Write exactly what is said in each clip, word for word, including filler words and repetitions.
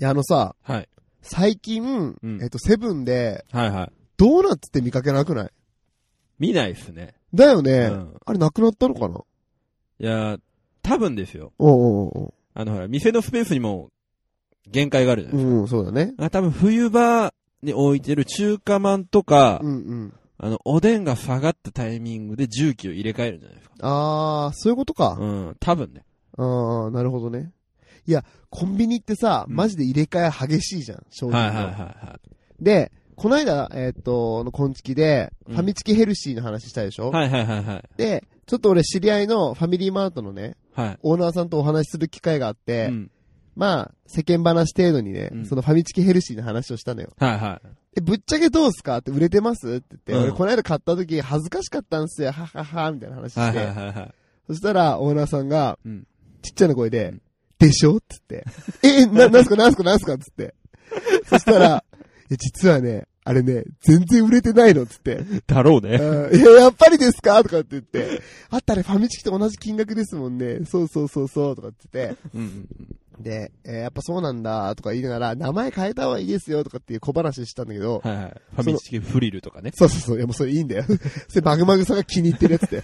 や、あのさ、 はい。 最近、 うん、 えっと、セブンで、 はいはい。 ドーナツって見かけなくない？ 見ないっすね。 だよね。うん、あれなくなったのかな？ いや、多分ですよ。 おうおうおう。 あのほら、店のスペースにも限界があるじゃないですか。 うん、そうだね。 あ、多分冬場に置いてる中華まんとか、 うんうん。 あの、おでんが下がったタイミングで重機を入れ替えるんじゃないですか。 あー、そういうことか。 うん、多分ね。 あー、なるほどね。いや、コンビニってさ、マジで入れ替え激しいじゃん、商品の。 はいはいはいはい。 で、この間、えっと、の、こんちきで、ファミチキヘルシーの話したでしょ、うん、 はいはいはいはい。 で、ちょっと俺知り合いのファミリーマートのね、 はい、 オーナーさんとお話しする機会があって、うん、まあ、世間話程度にね、うん、そのファミチキヘルシーの話をしたのよ。 はいはい。 え、ぶっちゃけどうすかって売れてますって言って、うん、俺この間買った時恥ずかしかったんすよ、ははは、みたいな話して、はいはいはいはい、そしたら、オーナーさんが、うん、ちっちゃな声で、うん、でしょって言って、え、な、なんすかなんすかなんすかって言って。そしたら、いや、実はね、あれね、全然売れてないのっつって。 だろうね。 いや、やっぱりですかとかって言って。あったらファミチキと同じ金額ですもんね。そうそうそうそうとかって言って。うんうんうん、で、えー、やっぱそうなんだとか言いながら、名前変えた方がいいですよとかっていう小話したんだけど。 はいはい。ファミチキフリルとかね。 そうそうそう。いやもうそれいいんだよ。それマグマグさんが気に入ってるやつで。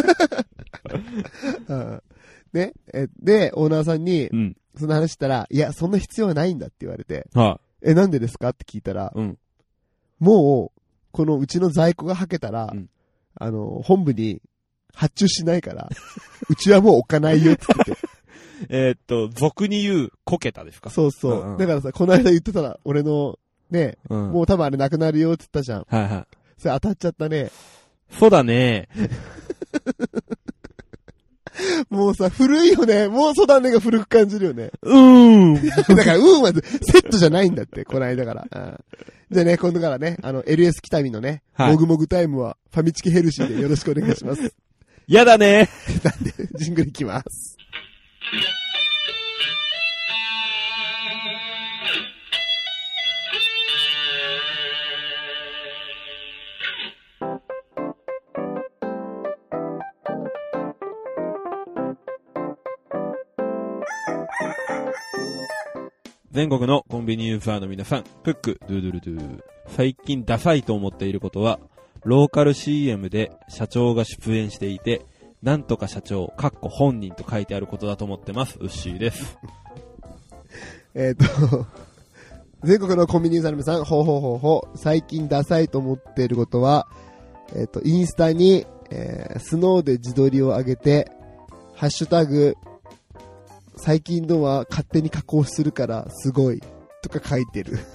うん、ね、え、で、オーナーさんに、うん、その話したら、いや、そんな必要はないんだって言われて。はあ、え、なんでですかって聞いたら、うん、もう、このうちの在庫がはけたら、うん、あの、本部に発注しないから、うちはもう置かないよって言ってて。 えっと、俗に言う、こけたですか？ そうそう、うんうん。だからさ、この間言ってたら、俺の、ね、うん、もう多分あれなくなるよって言ったじゃん。はいはい。それ当たっちゃったね。 そうだね。 もうさ、古いよね。もうそうだねが古く感じるよね。 うーん。 だから、うーんはセットじゃないんだって、この間から。うん、じゃあね、今度からね、あの、エルエス 北見のね、はい、もぐもぐタイムは、ファミチキヘルシーでよろしくお願いします。 やだね。 なんで、ジングルいきます。 全国のコンビニユーザーの皆さん、プック、ドゥドゥルドゥ。最近ダサいと思っていることは、ローカル シーエム で社長が出演していて、なんとか社長、かっこ本人と書いてあることだと思ってます。ウッシーです。 えっと、全国のコンビニユーザーの皆さん、ほうほうほうほう。最近ダサいと思っていることは、えっと、インスタに、えー、スノーで自撮りを上げて、ハッシュタグ、最近のは勝手に加工するからすごいとか書いてる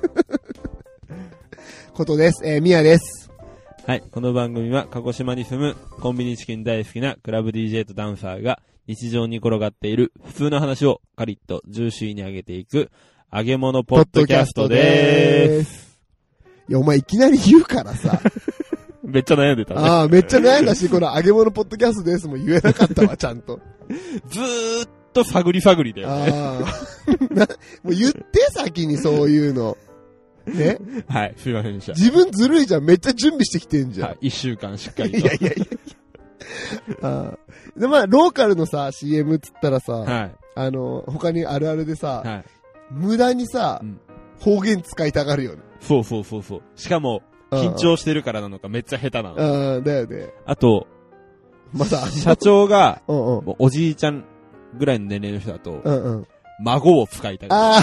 ことです。えー、ミヤです。 はい、この番組は鹿児島に住むコンビニチキン大好きなクラブ ディージェー とダンサーが日常に転がっている普通の話をカリッとジューシーに上げていく揚げ物ポッドキャストでーす。 いや、お前いきなり言うからさ。 めっちゃ悩んでたね。 ああ、めっちゃ悩んだし、この揚げ物ポッドキャストですも言えなかったわ、ちゃんと。 ずーっと探り探りだよね。あなもう言って先にそういうの。ね。 はい、すいませんでした。 自分ずるいじゃん。めっちゃ準備してきてんじゃん。はい、 一週間しっかりと。 いやいやいやいや。あで、まあ、ローカルのさ、シーエム っつったらさ、はい、あの、他にあるあるでさ、はい、無駄にさ、うん、方言使いたがるよね。 そうそうそうそう。しかも、緊張してるからなのかめっちゃ下手なの。 ああ、だよね。 あと、 まだ、 社長が、うんうん、おじいちゃんぐらいの年齢の人だと、うんうん、孫を使いたがる。あ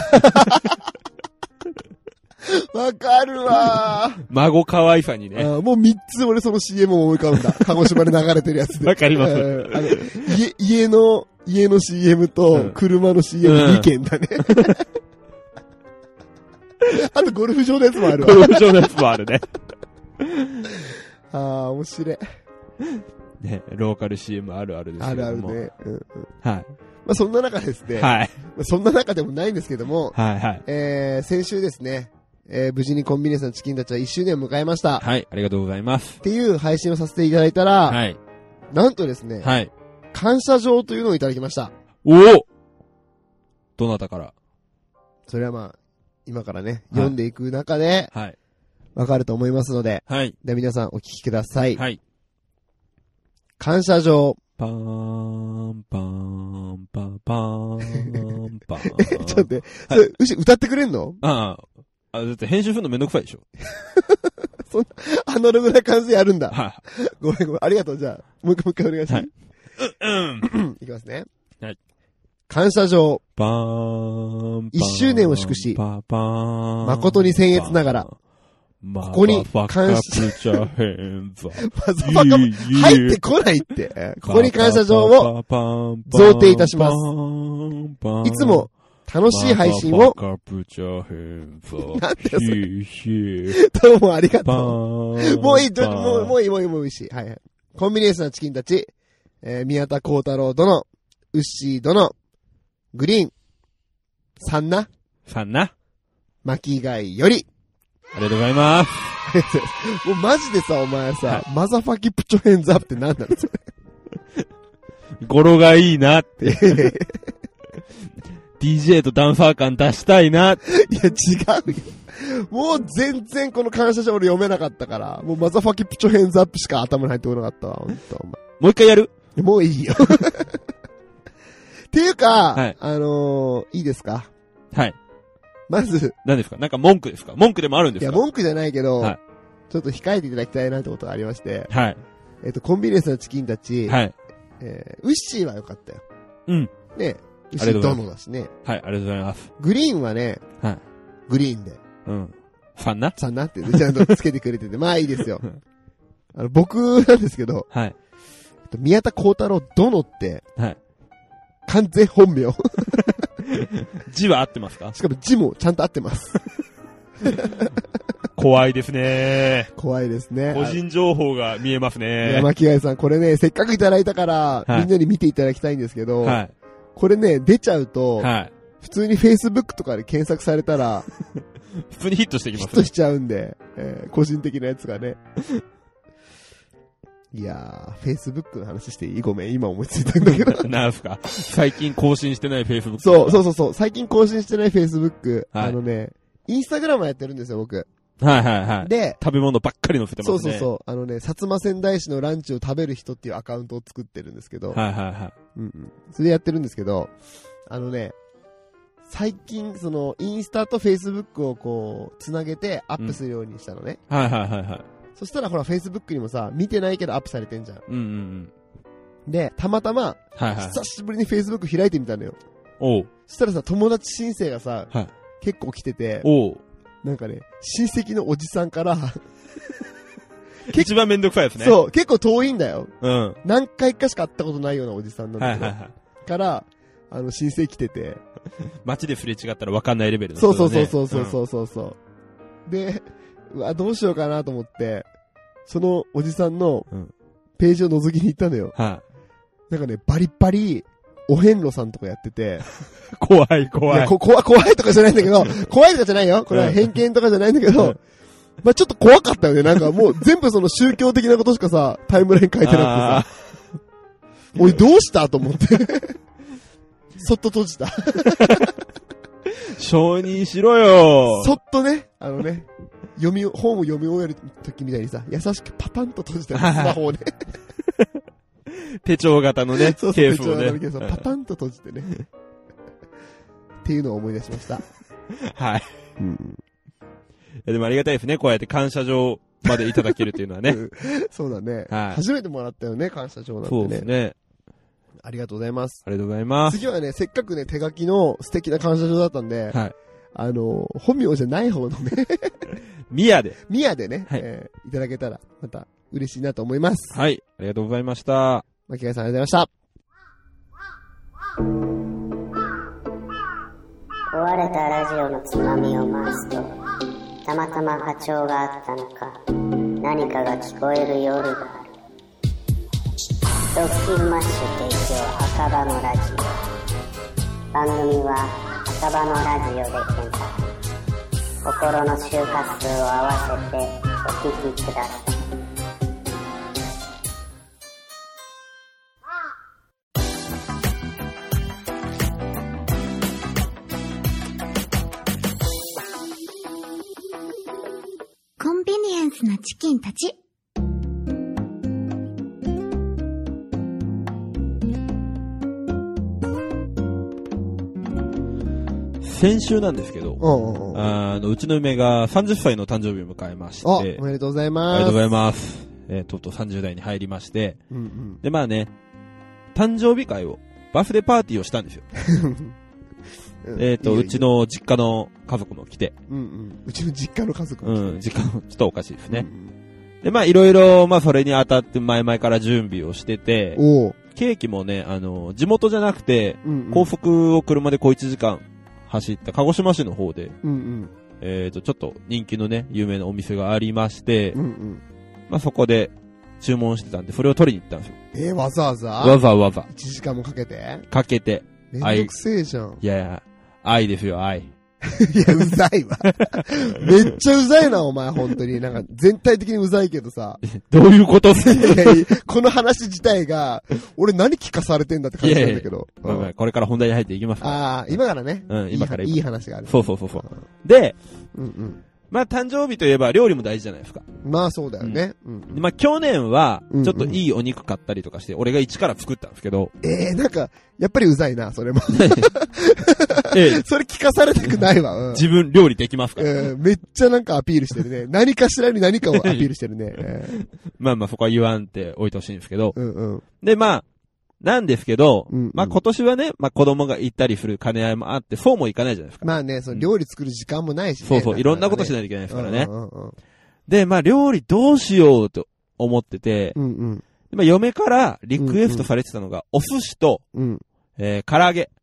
あわかるわー。 孫可愛さにね。 あもうみっつ俺その シーエム を思い浮かんだ。鹿児島で流れてるやつで。 わかります。あの家、家の、家の シーエム と車の シーエムに 件だね。うんうんあとゴルフ場のやつもあるわ。 ゴルフ場のやつもあるね。 ああ、面白い。 ね、ローカル シーエム あるあるですけども。 あるあるね。うんうん、 はい。 まあそんな中ですね。はい。そんな中でもないんですけども。はいはい。えー、先週ですね、えー、無事にコンビニエンスのチキンたちはいっしゅうねんを迎えました。 はい、ありがとうございます。 っていう配信をさせていただいたら、はい。なんとですね、はい。感謝状というのをいただきました。 おおどなたから？ それはまあ、今からね、読んでいく中で、はい。わかると思いますので、はい。で、皆さんお聞きください。はい。感謝状、 パーン、パーン、パーパーン、パーン。 え、ちょっと待って、それ、牛歌ってくれんの？ ああ、あ、だって編集するのめんどくさいでしょ。 そんな、アナログな感じでやるんだ。 はい。 ごめんごめん、ありがとう。じゃあ、もう一回もう一回お願いします。 はい。うん。 いきますね。 はい。 感謝状。 パーン、 一周年を祝し、 パーパーン。 誠に僭越ながら、ここに感謝、マザファカ入ってこないって、ここに感謝状を贈呈いたします。いつも楽しい配信を、なんだよそれ。どうもありがとう。もういい、もう、もういい、もういい、もういいし。はいはい。コンビニエンスなチキンたち、えー、宮田幸太郎殿、ウッシー殿、グリーン、サンナ、 サンナ、 巻貝より、 ありがとうございます。 もうマジでさ、お前さ、はい、マザファキプチョヘンズアップって何なのそれ。 語呂がいいなって。ディージェー とダンサー感出したいな。いや、違うよ。もう全然この感謝状俺読めなかったから、もうマザファキプチョヘンズアップしか頭に入ってこなかったわ、ほんと、お前。 もう一回やる？ もういいよ。っていうか、 はい、 あのー、いいですか？ はい。 まず。 何ですか？なんか文句ですか？文句でもあるんですか？ いや、文句じゃないけど、 はい、 ちょっと控えていただきたいなってことがありまして、 はい。 えっと、コンビニエンスのチキンたち、 はい。 えー、ウッシーは良かったよ。 うん。 ね、ウッシー殿だしね。 はい、ありがとうございます。 グリーンはね、 はい。 グリーンで。 うん。ファンな？ ファンなって、ちゃんとつけてくれてて、まあいいですよ。あの、僕なんですけど、 はい。 宮田幸太郎殿って、 はい。 完全本名。 字は合ってますか？ しかも字もちゃんと合ってます。 怖いですね。 怖いですね。 個人情報が見えますね。 山木谷さん、これね、せっかくいただいたから、はい、みんなに見ていただきたいんですけど、はい、これね、出ちゃうと、はい、普通に Facebook とかで検索されたら、 普通にヒットしてきますね。 ヒットしちゃうんで、えー、個人的なやつがね。いやー、Facebook の話していい？ごめん、今思いついたんだけど。 なんすか？最近更新してない Facebook。 そうそうそうそう、最近更新してない Facebook。はい、あのね、インスタグラムやってるんですよ、僕。 はいはいはい。 で、 食べ物ばっかり載せてますね。 そうそうそう。あのね、薩摩仙台市のランチを食べる人っていうアカウントを作ってるんですけど。 はいはいはい。 うんうん。それでやってるんですけど、あのね、最近、その、インスタと Facebook をこう、つなげてアップするようにしたのね。 うん、はいはいはいはい。 そしたらほら、Facebook にもさ、見てないけどアップされてんじゃん。 うんうんうん。 で、たまたま、 はいはい、 久しぶりに Facebook 開いてみたのよ。 おう。 そしたらさ、友達申請がさ、 はい、 結構来てて、 おう。 なんかね、親戚のおじさんから一番めんどくさいですね。 そう、結構遠いんだよ。 うん。 何回かしか会ったことないようなおじさんなんだけど。 はいはいはい。 から、あの、申請来てて。 街ですれ違ったら分かんないレベルの人だね。そうそうそうそうそうそうそう、うん。で、うわ、どうしようかなと思って、そのおじさんのページを覗きに行ったのよ。 はい、 なんかね、バリバリ、お遍路さんとかやってて。 怖い怖い。いや、 こ、怖、怖いとかじゃないんだけど、怖いとかじゃないよ。これは偏見とかじゃないんだけど、うん、まあちょっと怖かったよね。なんかもう全部その宗教的なことしかさ、タイムライン書いてなくてさ。おい、どうしたと思って。そっと閉じた。 承認しろよ。 そっとね、あのね、読み、本を読み終える時みたいにさ、優しくパタンと閉じたスマホをね。 手帳型のね、 そうそうケースをね。 手帳型のケースをパタンと閉じてね。っていうのを思い出しました。 はい。 うん、 いやでもありがたいですね。こうやって感謝状までいただけるっていうのはね。 そうだね、 はい。 初めてもらったよね、感謝状なんてね。 そうですね。 ありがとうございます。 ありがとうございます。 次はね、せっかくね、手書きの素敵な感謝状だったんで、 はい。 あの、本名じゃない方のね、 ミヤで。 ミヤでね、 はい、 えー、いただけたら、また嬉しいなと思います。 はい。ありがとうございました。 巻貝さんありがとうございました。 壊れたラジオのつまみを回すと、たまたま波長があったのか、何かが聞こえる夜がある。ドッキンマッシュ提供赤羽のラジオ。番組は赤羽のラジオで検索。心の周波数を合わせてお聞きください。 コンビニエンスなチキンたち。 先週なんですけど、 うんうんうん。 あの、うちの嫁がさんじゅっさいの誕生日を迎えまして、 あ、おめでとうございます。 ありがとうございます。えー、とうとうさんじゅう代に入りまして、 うんうん、 で、まあね、誕生日会を、バースデーパーティーをしたんですよ。えっと、うちの実家の家族も来て。 うんうん。うちの実家の家族も来て。 うん、実家の、ちょっとおかしいですね。うんうん、で、まあいろいろ、まあそれにあたって前々から準備をしてて、 おケーキもね、あの、地元じゃなくて、 うんうん、 高速を車でこういちじかん走った鹿児島市の方で、 うんうん、 えっと、ちょっと人気のね、有名なお店がありまして、 うんうん、 まあそこで注文してたんで、それを取りに行ったんですよ。 えー、わざわざわざわざ。 いちじかんもかけてかけて。 めんどくせえじゃん。 いやいや、愛ですよ、愛。 いや、うざいわ。めっちゃうざいな、お前、本当に。なんか、全体的にうざいけどさ。 どういうこといやいやこの話自体が、俺何聞かされてんだって感じなんだけど。 いやいやまあ、これから本題に入っていきますから。 ああ、今からね。 うん、今からいい話がある。 そうそうそうそう。で、 うんうん。 まあ、誕生日といえば料理も大事じゃないですか。 まあ、そうだよね。 うん。まあ、去年は、ちょっといいお肉買ったりとかして、俺が一から作ったんですけど。 ええー、なんか、やっぱりうざいな、それも。ええ、それ聞かされたくないわ。うん、 自分料理できますから、 えー。めっちゃなんかアピールしてるね。何かしらに何かをアピールしてるね。えー、 まあまあそこは言わんって置いてほしいんですけど。 うんうん、 で、まあ、なんですけど、 うんうん、 まあ今年はね、まあ子供が行ったりする兼ね合いもあって、そうもいかないじゃないですか。 まあね、その料理作る時間もないしね。 そうそう、 ね、 いろんなことしないといけないですからね。 うんうんうん、 で、まあ料理どうしようと思ってて、 うんうん、 まあ嫁からリクエストされてたのが、お寿司と、 うん、 えー、唐揚げ。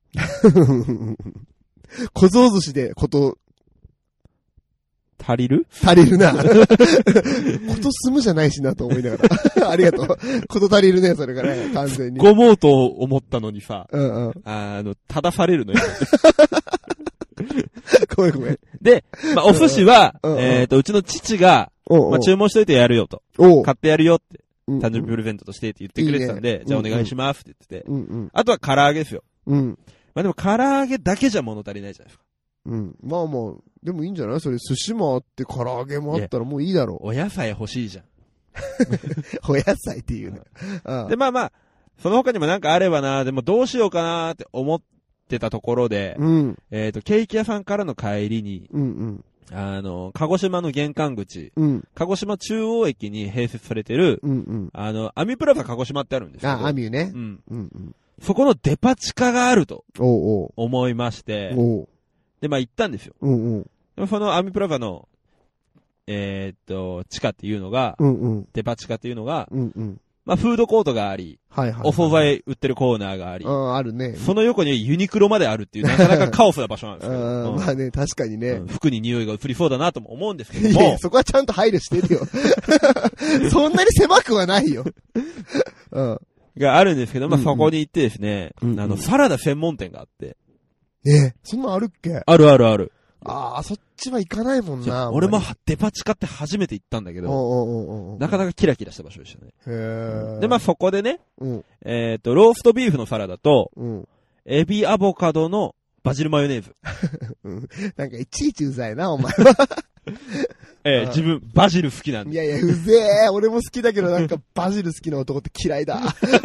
小僧寿司でこと、 足りる足りるな。こと済むじゃないしなと思いながら。ありがとう。こと足りるね、それがね、完全に。 ごもうと思ったのにさ、 うんうん、 あの、正されるのよ。 ごめんごめん。 で、まあ、お寿司は、 うんうん、 えっと、うちの父が、 おうおう、 まあ、注文しといてやるよと。買ってやるよって。 うんうん、 誕生日プレゼントとしてって言ってくれてたんで、いいね、じゃあお願いしますって言ってて。 うんうん、 あとは唐揚げですよ。 うん。 まあでも唐揚げだけじゃ物足りないじゃないですか。 うん。まあまあ、でもいいんじゃないそれ寿司もあって唐揚げもあったらもういいだろう。 お野菜欲しいじゃん。 お野菜っていうね。 うん、で、まあまあ、その他にもなんかあればな、でもどうしようかなって思ってたところで、 うん、 えっと、ケーキ屋さんからの帰りに、 うんうん、 あの、鹿児島の玄関口、 うん、 鹿児島中央駅に併設されてる、 うんうん、 あの、アミプラザ鹿児島ってあるんですけど。 あ、アミュね。 うん。 うんうん、 そこのデパ地下があると、 おうおう思いまして、 おうで、まあ行ったんですよ。 うんうん、 でもそのアミプラザの、えー、っと、地下っていうのが、 うんうん、 デパ地下っていうのが、 うんうん、 まあフードコートがあり、 はいはいはい、 お惣菜売ってるコーナーがあり、 ああ、あるね。 その横にユニクロまであるっていう、なかなかカオスな場所なんですけど、 あうん、 まあね、確かにね、 うん。服に匂いが移りそうだなとも思うんですけども。 いや、そこはちゃんと配慮してるよ。そんなに狭くはないよ。うん。 があるんですけど、まあそこに行ってですね、 うんうん、 あの、サラダ専門店があって。 え、そんなんあるっけ？ あるあるある。 ああ、そっちは行かないもんな。 俺もデパ地下って初めて行ったんだけど、 おうおうおうおう、 なかなかキラキラした場所でしたね。 へー。 で、まあそこでね、 うん、 えっと、ローストビーフのサラダと、 うん、 エビアボカドのバジルマヨネーズ。 うん、なんかいちいちうざいな、お前は。 えー、自分、バジル好きなんで。 いやいや、うぜえ。俺も好きだけど、なんかバジル好きな男って嫌いだ。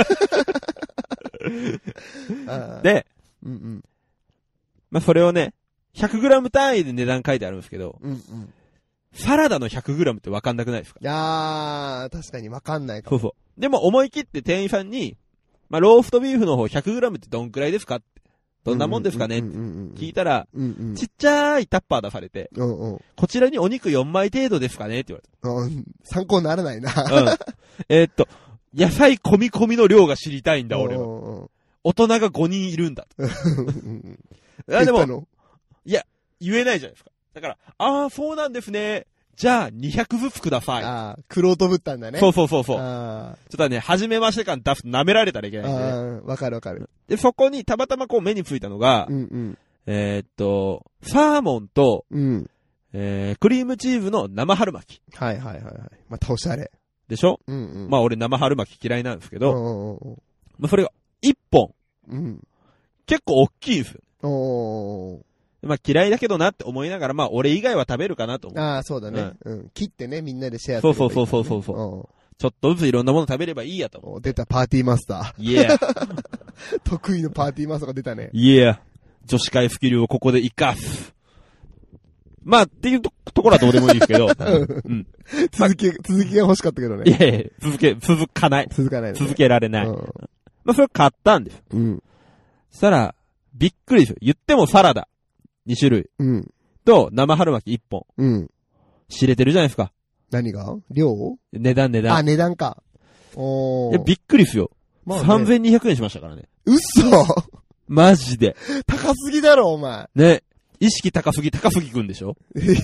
で、 うんうん、 まあそれをね、ひゃくグラム 単位で値段書いてあるんですけど、 うんうん、 サラダの ひゃくグラム ってわかんなくないですか？ いやー、確かにわかんないかも。そうそう。でも思い切って店員さんに、まあローストビーフの方 ひゃくグラム ってどんくらいですかって、どんなもんですかねって聞いたら、 うんうん、 ちっちゃいタッパー出されて、 うんうん、 こちらにお肉よんまい程度ですかねって言われた。 うん、参考にならないな。 うん、えー、っと、野菜込み込みの量が知りたいんだ、俺は。大人がごにんいるんだ。いや、でも、いや、言えないじゃないですか。だから、ああ、そうなんですね。じゃあ、にひゃくずつください。 ああ、クロートぶったんだね。 そうそうそうそう。 あちょっとね、初めまして感出すと舐められたらいけないんで、ね。 ああ、わかるわかる。 で、そこにたまたまこう目についたのが、 うんうん、 えー、っと、サーモンと、 うん、 えー、クリームチーズの生春巻き。 はいはいはいはい。またおしゃれ。 でしょ？ うんうん。 まあ俺生春巻き嫌いなんですけど、 うんうんうん、 まあそれがいっぽん。 うん。 結構大きいんですよ。 おー。 まあ嫌いだけどなって思いながら、まあ俺以外は食べるかなと思う。 ああ、そうだね、うん。うん。切ってね、みんなでシェアする、 る、ね。 そうそうそうそうそう。ちょっとずついろんなもの食べればいいやと思う。 出たパーティーマスター。 イエー。 得意のパーティーマスターが出たね。 イエー。 女子会普及をここで生かす。まあ、っていうと、ところはどうでもいいですけど。うん。 続き、続きが欲しかったけどね。 いやいや、続け、続かない。 続かない、ね。 続けられない。 うん、 まあ、それ買ったんです。 うん。 そしたら、びっくりですよ。言ってもサラダ。に種類。 うん。 と、生春巻きいっぽん。 うん。 知れてるじゃないですか。 何が量値段値段。 あ、値段か。おー。 いや、びっくりですよ。 まあね、 さんぜんにひゃくえんしましたからね。 嘘マジで。 高すぎだろ、お前。 ね。意識高すぎ、高すぎくんでしょごめん。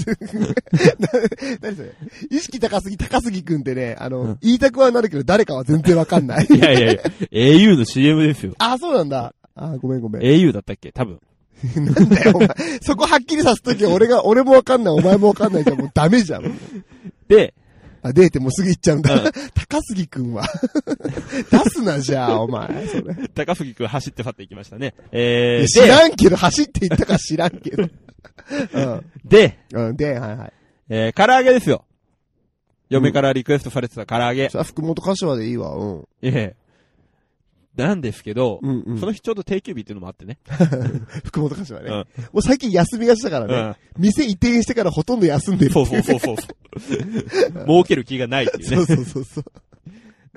何それ意識高すぎ、高すぎくんってね、あの、うん、言いたくはなるけど誰かは全然わかんない。 いやいやいや、エーユー の シーエム ですよ。 あ、そうなんだ。あ、ごめんごめん。 エーユー だったっけ多分。 なんだよ、お前。そこはっきりさすとき俺が、俺もわかんない、お前もわかんないじゃん、もうダメじゃん。 で、 あ、でーってもうすぐ行っちゃうんだ。うん、高杉くんは。出すな、じゃあ、お前。それ。 高杉くん走って去っていきましたね。えー、 知らんけど、走っていったか知らんけど。 うん、で、 うん、で、はいはい。 えー、唐揚げですよ。嫁からリクエストされてた唐揚げ。 さあ、福本柏でいいわ、うん。 ええー。なんですけど、 うんうん、 その日ちょうど定休日っていうのもあってね。 福本柏ね、うん。 もう最近休みがちだからね、うん。店移転してからほとんど休んでるっていう、ね。 そうそうそうそう。儲ける気がないっていうね。 そうそうそうそう。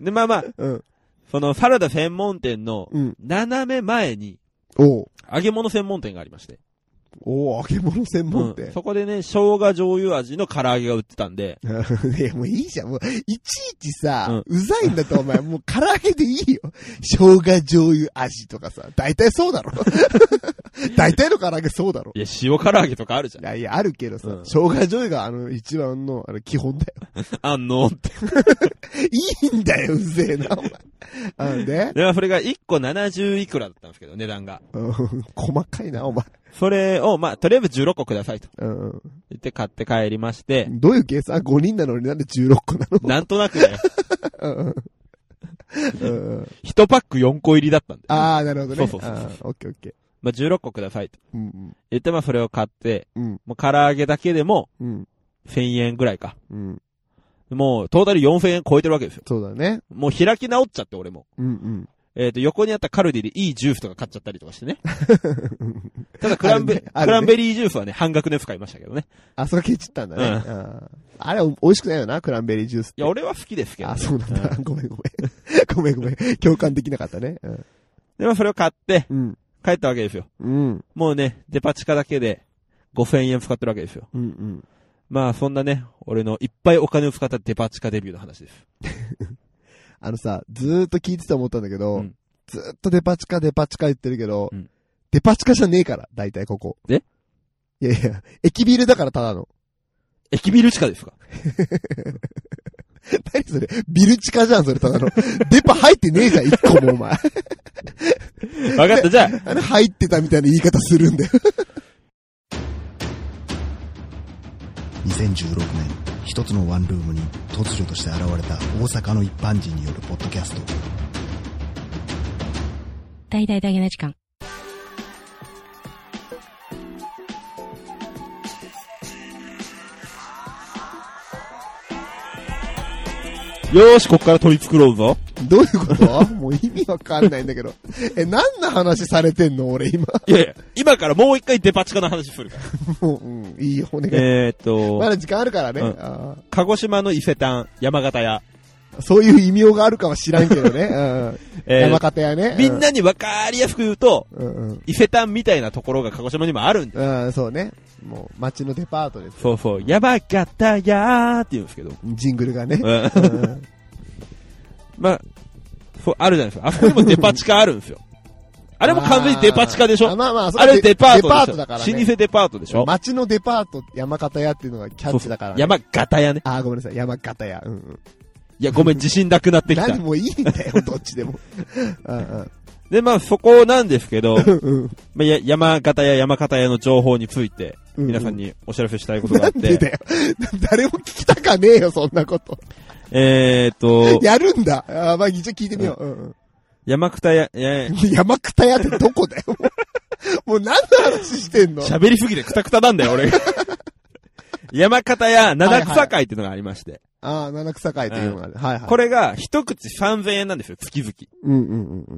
で、まあまあ、うん、そのサラダ専門店の斜め前に、 うん、お揚げ物専門店がありまして。 おー、揚げ物専門店、 うん。そこでね、生姜醤油味の唐揚げが売ってたんで。 いや、もういいじゃん。もう、いちいちさ、うん、うざいんだとお前、もう唐揚げでいいよ。生姜醤油味とかさ、大体そうだろ。大体の唐揚げそうだろ。 いや、塩唐揚げとかあるじゃん。 いやいや、あるけどさ、うん、生姜醤油があの、一番の、あの、基本だよ。 あんのって。 いいんだよ、うぜえな、お前。あんでで、それがいっこななじゅういくらだったんですけど、値段が。 うん、細かいな、お前。 それを、まあ、とりあえずじゅうろっこくださいと。 うん。 言って買って帰りまして。 どういう計算 ?ご 人なのになんでじゅうろっこなのなんとなくだよ。 うんうん。 うん。いちパックよんこ入りだったんだよ。 ああ、なるほどね。 そうそうそうそう。 オッケーオッケー。 まあ、じゅうろっこくださいと。 うんうん。 言って、まあ、それを買って、 うん。 もう唐揚げだけでも、 うん。 せんえんぐらいか。 うん。 もう、トータルよんせんえん超えてるわけですよ。 そうだね。 もう開き直っちゃって、俺も。 うんうん。 えっと、横にあったカルディでいいジュースとか買っちゃったりとかしてね。ただクランベ、ねね、クランベリージュースはね、半額のやつ買いましたけどね。 あ、それケチったんだね。うん、あ, あれ、美味しくないよな、クランベリージュースって。 いや、俺は好きですけど、ね。 あ、そうなんだ。うん、ごめんごめん。ごめんごめん。共感できなかったね。うん、 でもそれを買って、 うん、 帰ったわけですよ。 うん。 もうね、デパ地下だけでごせんえん使ってるわけですよ。 うんうん。 まあ、そんなね、俺のいっぱいお金を使ったデパ地下デビューの話です。 あのさ、ずーっと聞いてて思ったんだけど、 うんずーっとデパ地下デパ地下言ってるけど、 うん、 デパ地下じゃねえから、大体ここ。 えいやいや、駅ビルだからただの。 駅ビル地下ですか何それビル地下じゃん、それただの。デパ入ってねえじゃん、一個もお前。 わかった、じゃあ。 あれ入ってたみたいな言い方するんだよ。 にせんじゅうろくねん、一つのワンルームに突如として現れた大阪の一般人によるポッドキャスト。 大々だけな時間。 よーし、こっから取り繕うぞ。 どういうこともう意味わかんないんだけど。え、何の話されてんの俺今。 いやいや、今からもう一回デパ地下の話するから。 もう、うん、いいよ、お願い。 えーっと、 まだ時間あるからね。 うん、 あ鹿児島の伊勢丹、山形屋。 そういう異名があるかは知らんけどね。うんえー、山形屋ね。 みんなに分かりやすく言うと、 うんうん、 伊勢丹みたいなところが鹿児島にもあるんです。 うん、そうね。もう、街のデパートです。 そうそう。山形屋って言うんですけど。 ジングルがね。 うん、まあ、そう、あるじゃないですか。あそこにもデパ地下あるんですよ。あれも完全にデパ地下でしょ。 あ、まあまあ、 あれデパートでしょ。 デパートだからね。 老舗デパートでしょ。 街のデパート、山形屋っていうのがキャッチだからね。 そうそう山形屋ね。 あ、ごめんなさい。山形屋。うんうん。 いや、ごめん、自信なくなってきた。 何もいいんだよ、どっちでも。うんうん、 で、まあ、そこなんですけど、 うんまあ、や山形屋、山形屋の情報について、皆さんにお知らせしたいことがあって。 なんでだよ。誰も聞きたかねえよ、そんなこと。 えーっと。 やるんだ。あまあ、一応聞いてみよう。うんうん、 山形屋、 山形屋ってどこだよ。もう何の話してんの喋りすぎてクタクタなんだよ、俺が。山形屋、七草会っていうのがありまして。 はいはい、ああ、七草会っていうのがある、うん。はいはい。 これが一口さんぜんえんなんですよ、月々。 うんうんうんうん。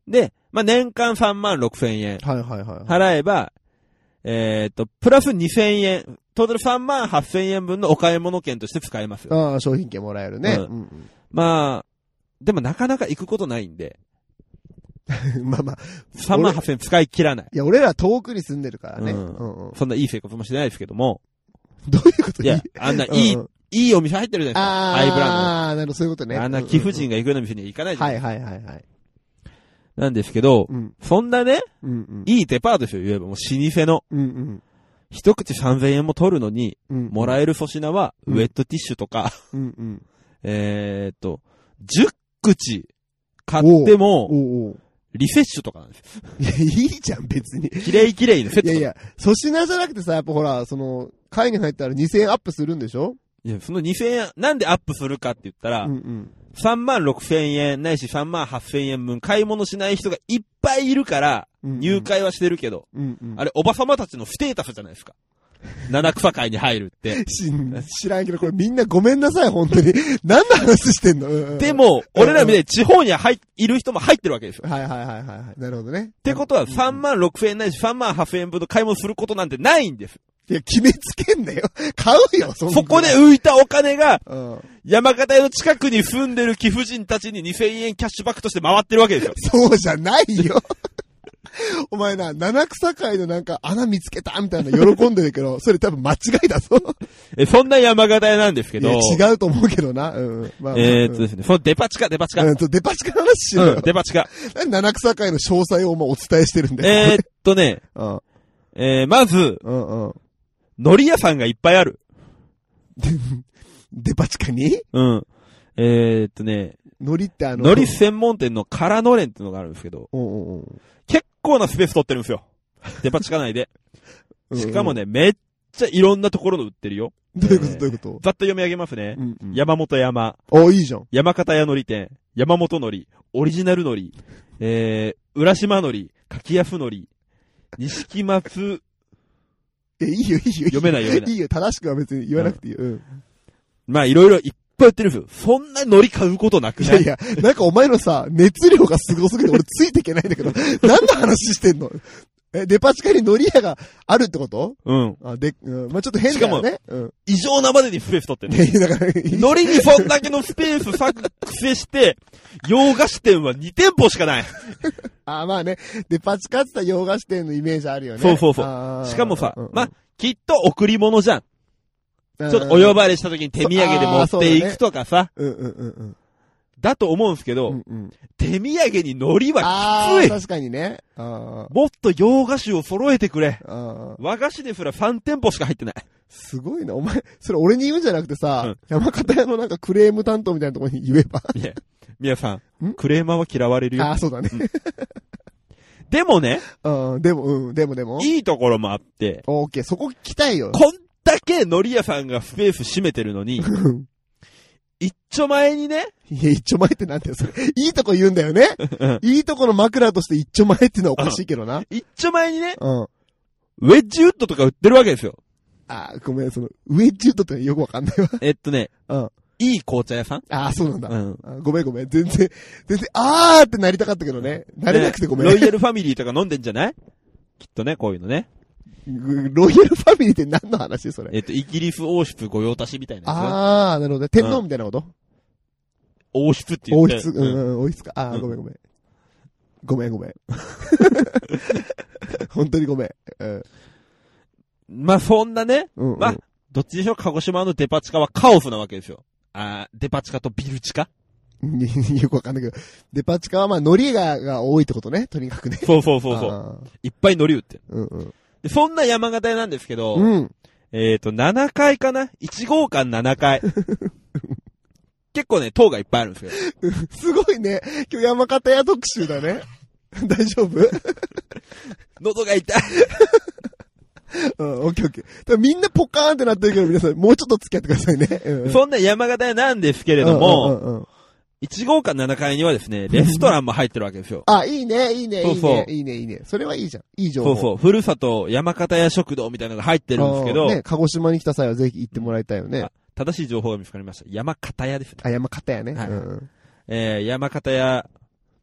で、まあ、年間さんまんろくせんえんはいはいはいはい。 払えば、えっと、プラスにせんえん、トータルさんまんはっせんえん分のお買い物券として使えます。 ああ、商品券もらえるね。 うんうんうんまあ、でもなかなか行くことないんで、 まあまあ。 さんまんはっせんえん使い切らない。 いや、俺ら遠くに住んでるからね。 ううんんうん。 そんないい生活もしてないですけども、 どういうこといや、あんないい、 うんうんいいお店入ってるじゃないですか。ハイブランド。 ああ、なるほど、そういうことね。 あんな貴婦人が行くような店には行かないじゃないですか。 はいはいはいはい。 なんですけど、 うん。 そんなね、 うんうん。 いいデパートですよ、言えばもう老舗の。 うんうん。 一口さんぜんえんも取るのに、 うん。 もらえる粗品は、 うんウェットティッシュとか、 うんうん。 えーっと、じゅっ口買っても、 おうおう。 リセッシュとかなんです。 いや、いいじゃん、別に。 きれいきれいのセット。 いやいや、粗品じゃなくてさ、やっぱほら、その、会に入ったらにせんえんアップするんでしょいや、そのにせんえん、なんでアップするかって言ったら、 うんうん。 さんまんろくせんえんないしさんまんはっせんえん分買い物しない人がいっぱいいるから、 うんうん入会はしてるけど、 うんうん。 あれ、おばさまたちのステータスじゃないですか。七草会に入るって。 し知らんけど、これみんなごめんなさい、本当に。何の話してんの、うんうん、 でも、俺らみたいに地方に入いる人も入ってるわけですよ。 はいはいはいはいはい。なるほどね。 ってことはさんまんろくせんえんないしさんまんはっせんえん分の買い物することなんてないんです。 いや、決めつけんなよ。買うよ、そんなそこで浮いたお金が、 うん。 山形屋の近くに住んでる貴婦人たちににせんえんキャッシュバックとして回ってるわけですよ。 そうじゃないよ。お前な、七草界のなんか穴見つけたみたいな喜んでるけど、それ多分間違いだぞ。 え、そんな山形屋なんですけど。 いや、違うと思うけどな。うんうん。まあまあ、 えーっとですね、そのデパ地下、デパ地下。 うんと、デパ地下の話しろよ。 うん、デパ地下。 なんで七草界の詳細をお前お伝えしてるんだよ。 えーっとね、 うん。 えー、まず、 うんうん。 海苔屋さんがいっぱいある。 デパ地下にうん。えーっとね、 海苔ってあの、 海苔専門店の空のれんっていうのがあるんですけど、 うんうんうん。 結構なスペース取ってるんですよ。デパ地下内で。 うんうんしかもね、めっちゃいろんなところの売ってるよ。 どういうことえーどういうことざっと読み上げますね。 うんうん。 山本山、 お、いいじゃん。 山形屋海苔店、山本海苔、オリジナル海苔、えー、浦島海苔、柿安海苔、錦松、 え、いいよいいよ。 読めない読めないいいよ、正しくは別に言わなくていいよ。うん。 まあいろいろいっぱい売ってるんですよ。そんな海苔買うことなくない？ いやいや、なんかお前のさ、熱量がすごすぎて俺ついていけないんだけど、何の話してんの？え、デパ地下に海苔屋があるってことうん。 あ、で、うん、まあちょっと変だよね。うん。 異常なまでにスペース取ってるい。やいや、だから、 海苔にそんだけのスペース作成して、洋菓子店はに店舗しかない。 あ、まあね、デパ地下って言ったら洋菓子店のイメージあるよね。 そうそうそうあーしかもさ、 うんうんまあ、きっと贈り物じゃん。 ちょちょっとお呼ばれした時に手土産で持っていくとかさ、 うんうんうんうん。 だと思うんですけど、 うんうん、 手土産に海苔はああ、 きつい。 確かにね。あーもっと洋菓子を揃えてくれ。 あー。 和菓子ですらさん店舗しか入ってない。 すごいな。お前、それ俺に言うんじゃなくてさ、 うん山形屋のなんかクレーム担当みたいなところに言えば。 いや、皆さんん、 クレーマーは嫌われるよ。 ああ、そうだね。 でもね、 うん、でも、うん、でもでも。 いいところもあって、 オーケー、そこ聞きたいよ。 こんだけ海苔屋さんがスペース占めてるのに、一丁前にね、 いや、一丁前ってなんだよ、それ。いいとこ言うんだよね。いいとこの枕として一丁前っていうのはおかしいけどな。 一丁前にね、 うん。 ウェッジウッドとか売ってるわけですよ。 あー、ごめん、その、ウェッジウッドってよくわかんないわ。 えっとね、 うん。 いい紅茶屋さんああ、そうなんだ。 うん。 あごめんごめん。全然、全然、あーってなりたかったけどね。なれなくてごめん。 ねロイヤルファミリーとか飲んでんじゃないきっとね、こういうのね。 ロイヤルファミリーって何の話それ。 えっと、イギリス王室御用達みたいなやつよ。 あー、なるほどね。天皇みたいなこと、 王室って言って。 王室、うん、 うんうん、王室か。あー、 うんごめんごめん。ごめんごめん。本当にごめん。うん。 まあ、そんなね、 うん、うん。 まあ、どっちでしょう、鹿児島のデパ地下はカオスなわけですよ。あーデパ地下とビル地下よくわかんないけど。デパ地下はまあ、海苔がが多いってことね。とにかくね。 そうそうそうそう。 あーいっぱい海苔売ってる。 うんうん。 で、そんな山形屋なんですけど、 うん。 えっと、ななかいかな ?いち 号館ななかい。結構ね、塔がいっぱいあるんですけど。 すごいね。今日山形屋特集だね。大丈夫喉が痛い。 うん、オッケーオッケー。だからみんなポカーンってなってるけど、皆さんもうちょっと付き合ってくださいね。うん、 そんな山形屋なんですけれどうんも、 うんうん、 いち号館ななかいにはですね、レストランも入ってるわけですよ。 あ、いいね、いいね、いいそうそうね、いいね、いいね。それはいいじゃん。いい情報。 そうそう。ふるさと山形屋食堂みたいなのが入ってるんですけど、 ね、鹿児島に来た際はぜひ行ってもらいたいよね。 あ正しい情報が見つかりました。山形屋ですね。 あ、山形屋ね。 はいうん、 えー、山形屋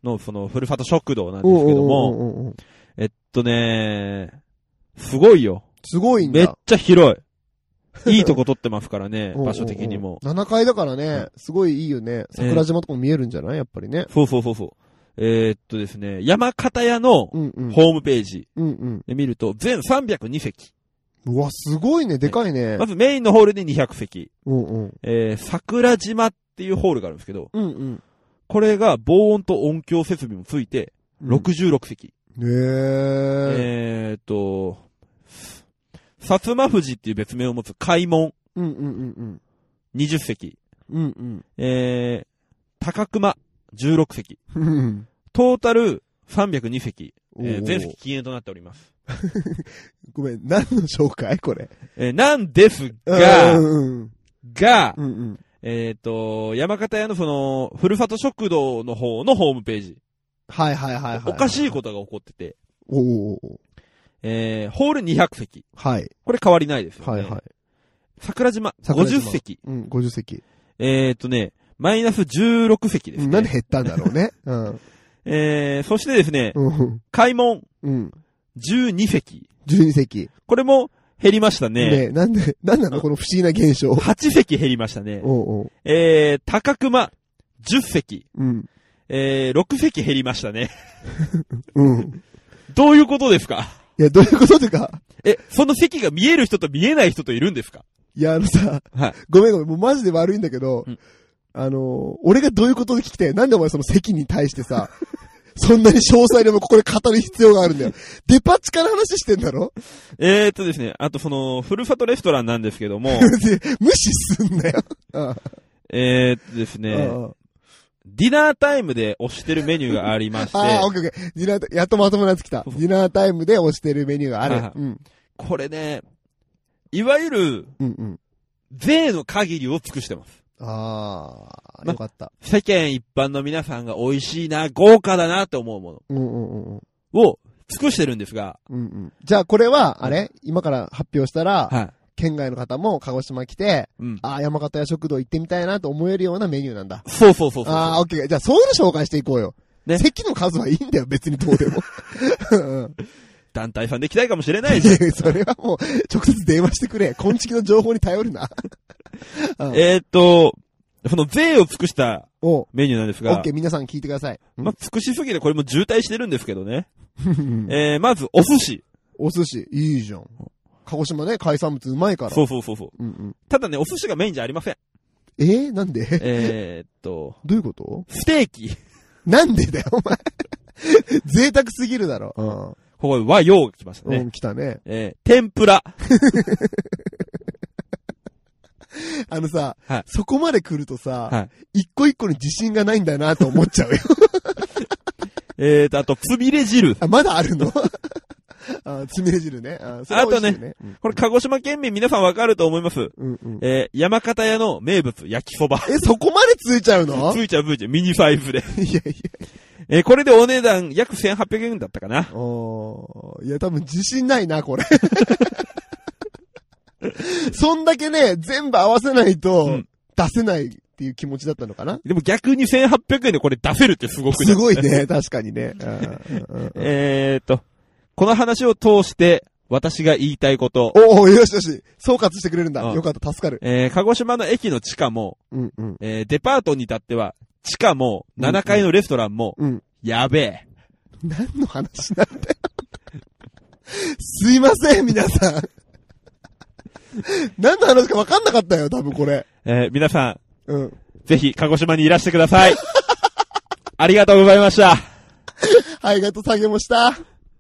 のそのフルファト食堂なんですけども、 おうおうおうおうえっとね、すごいよ。 すごいんだ。 めっちゃ広い。いいとこ取ってますからね、場所的にも。 ななかいだからね、すごいいいよね。桜島とかも見えるんじゃないやっぱりね。 そうそうそうそう。えー、っとですね、山形屋のホうんうん。 ームページうんうん。 で見ると、全さんびゃくに席。 うわ、すごいね。でかいね。 まずメインのホールでにひゃく席。 うんうん。 えー、桜島っていうホールがあるんですけど、 うんうん。 これが防音と音響設備もついて、ろくじゅうろく席。 へえ。 えー、っと、薩摩富士っていう別名を持つ開門うんうんうんうん。 にじゅっ席。 うんうん。 えー、高熊じゅうろく席。 うんトータルさんびゃくに席。えー、 おー全席禁煙となっております。 ごめん、何の紹介これ。 えー、なんですが、 うんうんが、 うんうん。 えっ、と、山形屋のその、ふるさと食堂の方のホームページ。 はいはいはいはい。 おかしいことが起こってて、 おおおえー、ホールにひゃく席。 はい。 これ変わりないですよね。 はいはい。 桜島桜島ごじゅっ席。 うん、ごじゅっ席。 えっ、とね、マイナスじゅうろく席ですね。 なんで減ったんだろうね。うん。 えー、そしてですね、 うん。 開門うん。 じゅうに席。 じゅうに席。 これも減りましたね。 ねなんで、なんなのこの不思議な現象。 はち席減りましたね。 おうおう。 えー、高熊じゅっ席。 うん。 えー、ろく席減りましたね。 うん。 どういうことですか？ いや、どういうことってか。 え、その席が見える人と見えない人といるんですか？ いや、あのさ、 はい。 ごめんごめん、もうマジで悪いんだけど、 うんあのー、俺がどういうことで聞きたい？なんでお前その席に対してさ、そんなに詳細でもここで語る必要があるんだよ。デパ地下の話してんだろ？ えーっとですね、あとその、ふるさとレストランなんですけども、 無視すんなよ。あえーっとですあね、 ああディナータイムで推してるメニューがありまして、 ああ、オッケーオッケー。ディナータやっとまともなやつ来た。ディナータイムで押してるメニューがある。 はいはいうん。 これね、いわゆる、 うんうん。 税の限りを尽くしてます。 ああ、 まよかった。 世間一般の皆さんが美味しいな、豪華だなって思うもうんうんうんうん。 のを尽くしてるんですが、 うんうん。じゃあこれは、あれ今から発表したら、 は県外の方も鹿児島来て、 い。うん。 ああ、山形屋食堂行ってみたいなと思えるようなメニューなんだ。 そうそうそうそう。 ああ、オッケー。じゃあそういうの紹介していこうよ。 ね席の数はいいんだよ、別にどうでも。うん団体さんできたいかもしれないじゃん。 いやそれはもう、直接電話してくれ。昆虫の情報に頼るな。うんえーっと、その税を尽くしたおメニューなんですがオッケ、ー、皆さん聞いてください。 まあ、尽くしすぎてこれも渋滞してるんですけどね。えー、まず、お寿司。 お寿司、いいじゃん。鹿児島ね、海産物うまいから。 そうそうそうそう。 うんうん。 ただね、お寿司がメインじゃありません。 えー、なんでえーっと、 どういうことステーキ。 なんでだよ、お前。贅沢すぎるだろ。 ここで和洋が来ましたうん。うね。 ん、来たね。 えー、天ぷら。 あのさ、 はいそこまで来るとさ、 は一個一個に自信がないんだなと思っちゃうよ。 えーと、あと、つみれ汁。 あ、まだあるのあ、つみれ汁ね。あ、それは美味しいよね。 これ、鹿児島県民皆さんわかると思います。 うんうん。 えー、山形屋の名物、焼きそば。 え、そこまでついちゃうのついちゃうついちゃう、ミニサイズで。 いやいや。 えー、これでお値段約せんはっぴゃくえんだったかな。 おーいや、多分自信ないな、これ。そんだけね、全部合わせないとうん、 出せないっていう気持ちだったのかな、 でも逆にせんはっぴゃくえんでこれ出せるってすごくすごい。ね、確かにね。うんうんうんえーと、この話を通して、私が言いたいこと。 おおよしよし。総括してくれるんだ。 うんよかった、助かる。 えー、鹿児島の駅の地下も、 うんうん。 えー、デパートに至っては、地下も、ななかいのレストランも、 うん。 やべえ。 何の話なんだよ。すいません、皆さん。何の話か分かんなかったよ、多分これ。 えー、皆さん、 うん。 ぜひ、鹿児島にいらしてください。ありがとうございました。 はい、ガト下げもした。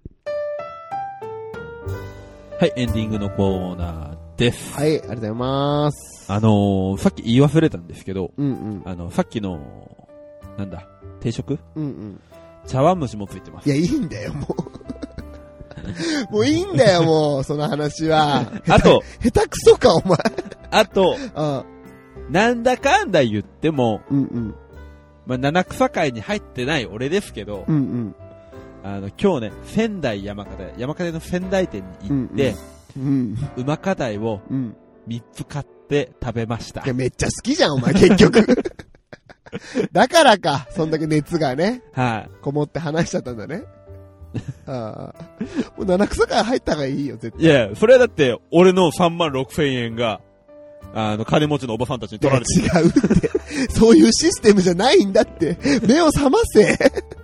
はい、エンディングのコーナーです。 はい、ありがとうございます。 あのー、さっき言い忘れたんですけど、 うんうん。 あの、さっきの、なんだ、定食うんうん。 茶碗蒸しもついてます。 いや、いいんだよ、もう。もういいんだよ、もう、その話は。 あと、 下手くそか、お前。 あと、 あなんだかんだ言っても、 うんうん。 まあ、七草会に入ってない俺ですけど、 うんうん。 あの、今日ね、仙台山形屋、山形屋の仙台店に行って、 うん。 うまかだいをうん。 みっつ買って食べましたいや、。めっちゃ好きじゃん、お前、結局。 だからか、そんだけ熱がね、 はい。 こもって話しちゃったんだね。ああ。もう七草会入った方がいいよ、絶対。 いや、それはだって、俺のさんまんろくせんえんが、あの、金持ちのおばさんたちに取られてる。 違うって。そういうシステムじゃないんだって。目を覚ませ。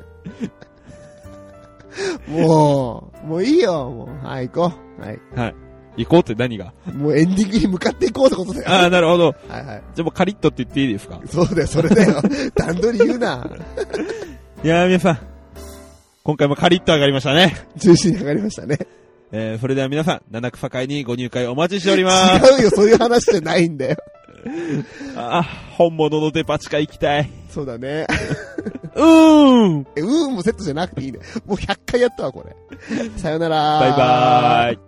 もう、もういいよ、もう。はい、行こう。はい。 はい。行こうって何が？ もうエンディングに向かっていこうってことだよ。 ああ、なるほど。 はいはい。 じゃあもうカリッとって言っていいですか？ そうだよ、それだよ。段取り言うな。 いやー、皆さん。今回もカリッと上がりましたね。 中心に上がりましたね。 えー、それでは皆さん、七草会にご入会お待ちしております。 違うよ、そういう話じゃないんだよ。 あー、本物のデパ地下行きたい。 そうだね。 うーん。 え、うーんもセットじゃなくていいね。もうひゃっかいやったわ、これ。さよなら。 バイバーイ。